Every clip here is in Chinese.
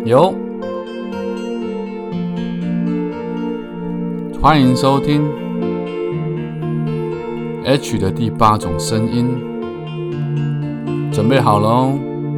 有，欢迎收听 H 的第8种声音，准备好了哦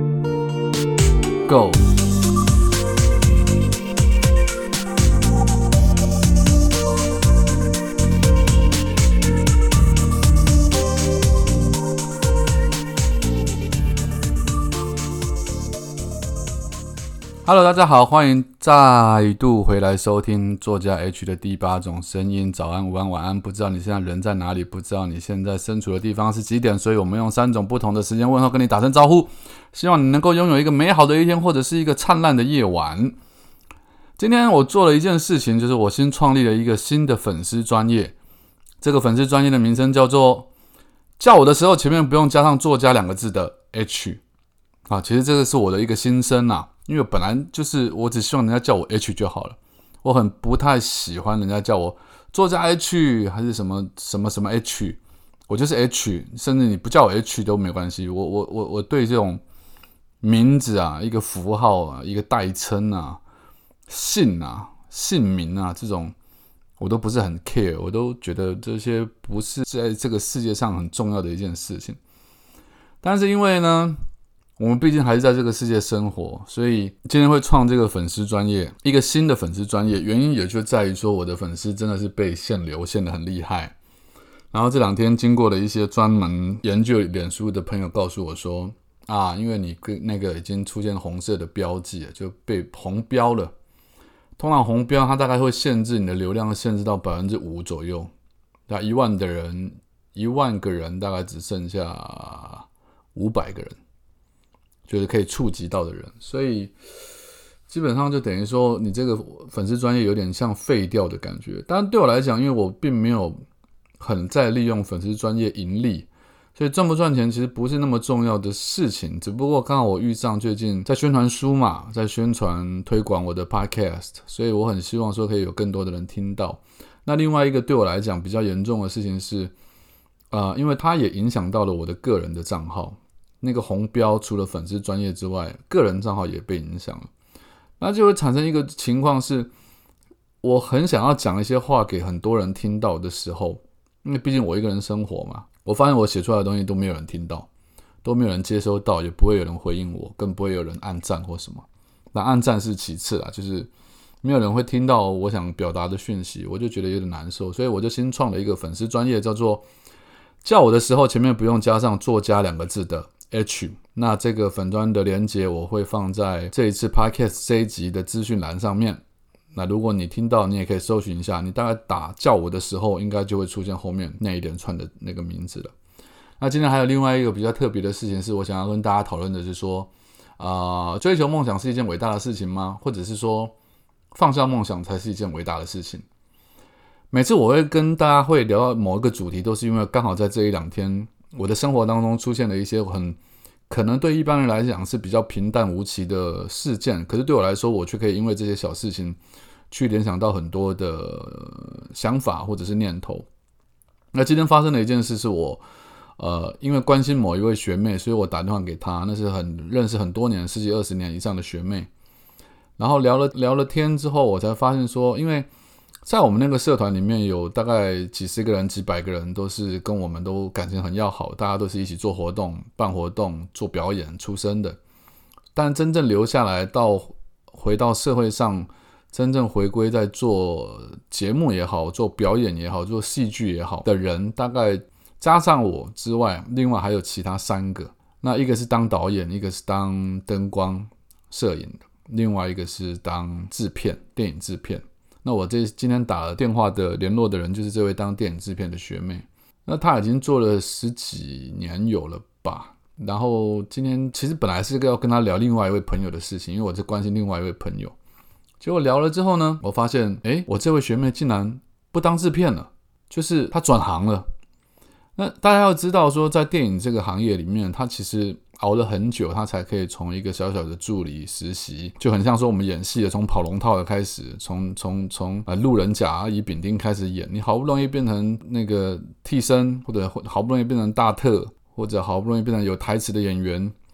，Go！Hello， 大家好，欢迎再度回来收听作家 H 的第8种声音。早安、午安、晚安，不知道你现在人在哪里，不知道你现在身处的地方是几点，所以我们用3种不同的时间问候跟你打声招呼，希望你能够拥有一个美好的一天，或者是一个灿烂的夜晚。今天我做了一件事情，就是我新创立了一个新的粉丝专页，这个粉丝专页的名称叫做叫我的时候前面不用加上作家2个字的 H 其实这个是我的一个心声啊，因为本来就是我只希望人家叫我 H 就好了，我很不太喜欢人家叫我作家 H 还是什么什么什么 H， 我就是 H， 甚至你不叫我 H 都没关系。我对这种名字啊、一个符号啊、一个代称啊、姓啊、姓名啊这种，我都不是很 care， 我都觉得这些不是在这个世界上很重要的一件事情。但是因为呢，我们毕竟还是在这个世界生活，所以今天会创这个粉丝专页，一个新的粉丝专页，原因也就在于说我的粉丝真的是被限流限得很厉害。然后这2天经过了一些专门研究脸书的朋友告诉我说因为你那个已经出现红色的标记了，就被红标了。通常红标它大概会限制你的流量，限制到 5% 左右，那1万个人大概只剩下500个人就是可以触及到的人，所以基本上就等于说你这个粉丝专页有点像废掉的感觉。当然对我来讲，因为我并没有很在利用粉丝专页盈利，所以赚不赚钱其实不是那么重要的事情。只不过刚好我遇上最近在宣传书嘛，在宣传推广我的 podcast， 所以我很希望说可以有更多的人听到。那另外一个对我来讲比较严重的事情是因为它也影响到了我的个人的账号，那个红标除了粉丝专页之外，个人账号也被影响了。那就会产生一个情况是，我很想要讲一些话给很多人听到的时候，因为毕竟我一个人生活嘛，我发现我写出来的东西都没有人听到，都没有人接收到，也不会有人回应我，更不会有人按赞或什么。那按赞是其次啦，就是没有人会听到我想表达的讯息，我就觉得有点难受，所以我就新创了一个粉丝专页，叫做叫我的时候前面不用加上作家2个字的H。 那这个粉专的连结我会放在这一次 podcast 这一集的资讯栏上面，那如果你听到，你也可以搜寻一下，你大概打叫我的时候应该就会出现后面那一连串的那个名字了。那今天还有另外一个比较特别的事情是，我想要跟大家讨论的是说追求梦想是一件伟大的事情吗？或者是说放下梦想才是一件伟大的事情？每次我会跟大家会聊到某一个主题，都是因为刚好在这1-2天我的生活当中出现了一些可能对一般人来讲是比较平淡无奇的事件，可是对我来说，我却可以因为这些小事情去联想到很多的想法或者是念头。那今天发生的一件事是我因为关心某一位学妹，所以我打电话给她，那是认识很多年10几20年以上的学妹。然后聊了天之后，我才发现说，因为在我们那个社团里面有大概几十个人几百个人都是跟我们都感情很要好，大家都是一起做活动办活动做表演出身的，但真正留下来回到社会上，真正回归在做节目也好做表演也好做戏剧也好的人，大概加上我之外，另外还有其他3个。那一个是当导演，一个是当灯光摄影的，另外一个是当电影制片。那我今天打了电话的联络的人就是这位当电影制片的学妹，那她已经做了10几年有了吧。然后今天其实本来是要跟她聊另外一位朋友的事情，因为我在关心另外一位朋友。结果聊了之后呢，我发现我这位学妹竟然不当制片了，就是她转行了。那大家要知道说，在电影这个行业里面，她其实熬了很久，他才可以从一个小小的助理实习，就很像说我们演戏的，从跑龙套的开始，从路人甲乙丙丁开始演，你好不容易变成那个替身，或者好不容易变成大特，或者好不容易变成有台词的演员，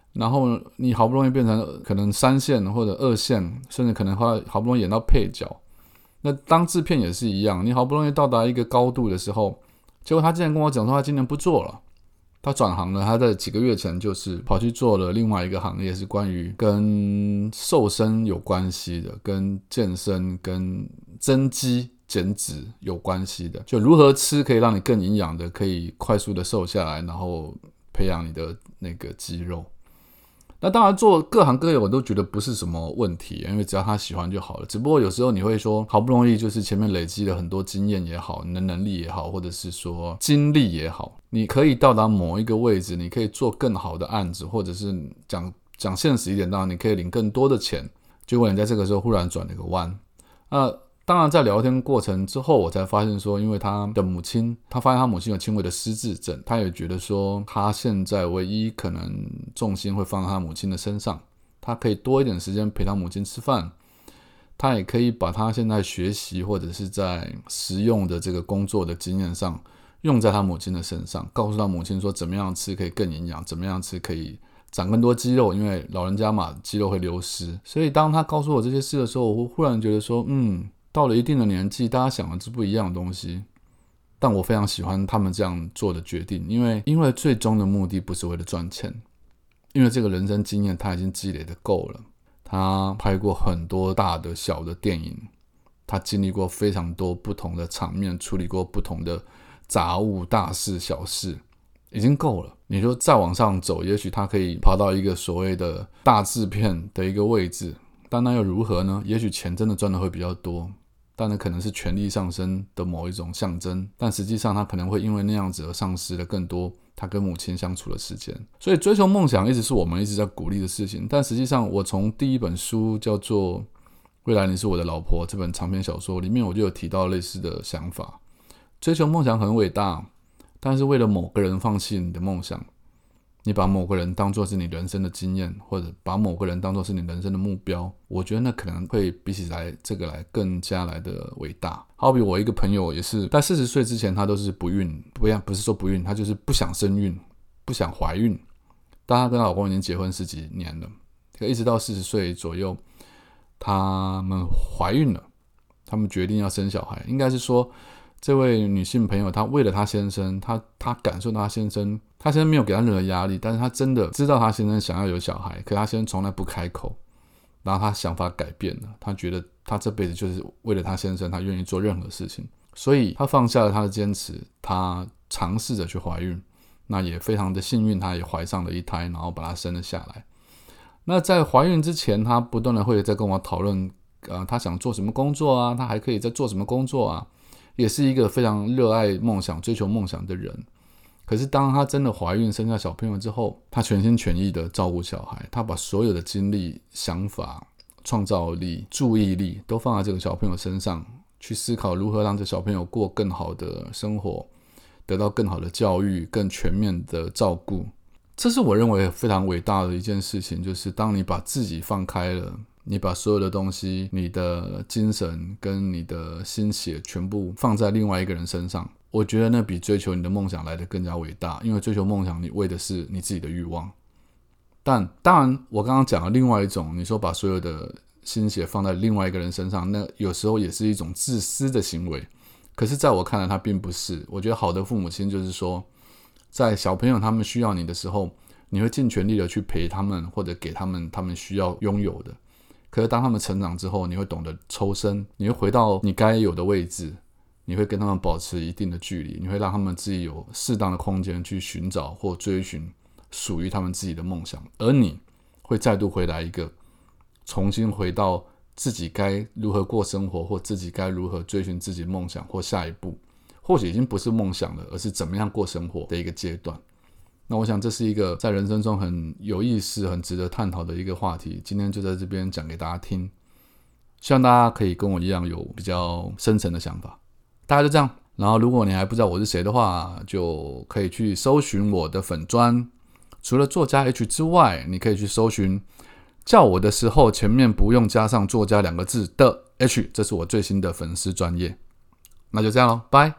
然后你好不容易变成可能3线或者2线，甚至可能好不容易演到配角。那当制片也是一样，你好不容易到达一个高度的时候，结果他竟然跟我讲说他今年不做了，他转行了。他在几个月前就是跑去做了另外一个行业，是关于跟瘦身有关系的，跟健身跟增肌减脂有关系的，就如何吃可以让你更营养的，可以快速的瘦下来，然后培养你的那个肌肉。那当然做各行各业我都觉得不是什么问题，因为只要他喜欢就好了。只不过有时候你会说好不容易就是前面累积了很多经验也好，你的能力也好，或者是说精力也好，你可以到达某一个位置，你可以做更好的案子，或者是讲现实一点，当然你可以领更多的钱。结果你在这个时候忽然转了个弯。当然在聊天过程之后我才发现说，因为他的母亲，他发现他母亲有轻微的失智症，他也觉得说他现在唯一可能重心会放在他母亲的身上，他可以多一点时间陪他母亲吃饭，他也可以把他现在学习或者是在实用的这个工作的经验上用在他母亲的身上，告诉他母亲说怎么样吃可以更营养，怎么样吃可以长更多肌肉，因为老人家嘛，肌肉会流失。所以当他告诉我这些事的时候，我忽然觉得说到了一定的年纪，大家想的是不一样的东西，但我非常喜欢他们这样做的决定，因为最终的目的不是为了赚钱，因为这个人生经验他已经积累的够了，他拍过很多大的小的电影，他经历过非常多不同的场面，处理过不同的杂物大事小事，已经够了。你就再往上走，也许他可以跑到一个所谓的大制片的一个位置，但那又如何呢？也许钱真的赚的会比较多，但那可能是权力上升的某一种象征，但实际上他可能会因为那样子而丧失了更多他跟母亲相处的时间。所以追求梦想一直是我们一直在鼓励的事情，但实际上我从第一本书叫做《未来你是我的老婆》这本长篇小说里面，我就有提到类似的想法。追求梦想很伟大，但是为了某个人放弃你的梦想，你把某个人当作是你人生的经验，或者把某个人当作是你人生的目标，我觉得那可能会比起来这个来更加来的伟大。好比我一个朋友也是在40岁之前他都是不孕，不是说不孕，他就是不想生孕，不想怀孕。但他跟老公已经结婚10几年了，一直到40岁左右他们怀孕了，他们决定要生小孩。应该是说这位女性朋友她为了她先生，她感受到她先生没有给她任何压力，但是她真的知道她先生想要有小孩，可她先生从来不开口，然后她想法改变了，她觉得她这辈子就是为了她先生，她愿意做任何事情，所以她放下了她的坚持，她尝试着去怀孕，那也非常的幸运，她也怀上了一胎，然后把她生了下来。那在怀孕之前，她不断的会再跟我讨论她想做什么工作啊，她还可以再做什么工作啊，也是一个非常热爱梦想追求梦想的人。可是当她真的怀孕生下小朋友之后，她全心全意的照顾小孩，她把所有的精力想法创造力注意力都放在这个小朋友身上，去思考如何让这小朋友过更好的生活，得到更好的教育，更全面的照顾。这是我认为非常伟大的一件事情，就是当你把自己放开了，你把所有的东西，你的精神跟你的心血全部放在另外一个人身上，我觉得那比追求你的梦想来得更加伟大。因为追求梦想你为的是你自己的欲望，但当然我刚刚讲了另外一种，你说把所有的心血放在另外一个人身上，那有时候也是一种自私的行为。可是在我看来它并不是。我觉得好的父母亲就是说，在小朋友他们需要你的时候，你会尽全力的去陪他们，或者给他们他们需要拥有的。可是当他们成长之后，你会懂得抽身，你会回到你该有的位置，你会跟他们保持一定的距离，你会让他们自己有适当的空间去寻找或追寻属于他们自己的梦想，而你会再度回来一个重新回到自己该如何过生活，或自己该如何追寻自己的梦想，或下一步或许已经不是梦想了，而是怎么样过生活的一个阶段。那我想这是一个在人生中很有意思很值得探讨的一个话题，今天就在这边讲给大家听，希望大家可以跟我一样有比较深层的想法。大概就这样，然后如果你还不知道我是谁的话，就可以去搜寻我的粉专，除了作家 H 之外，你可以去搜寻叫我的时候前面不用加上作家2个字的 H， 这是我最新的粉丝专页。那就这样咯，拜。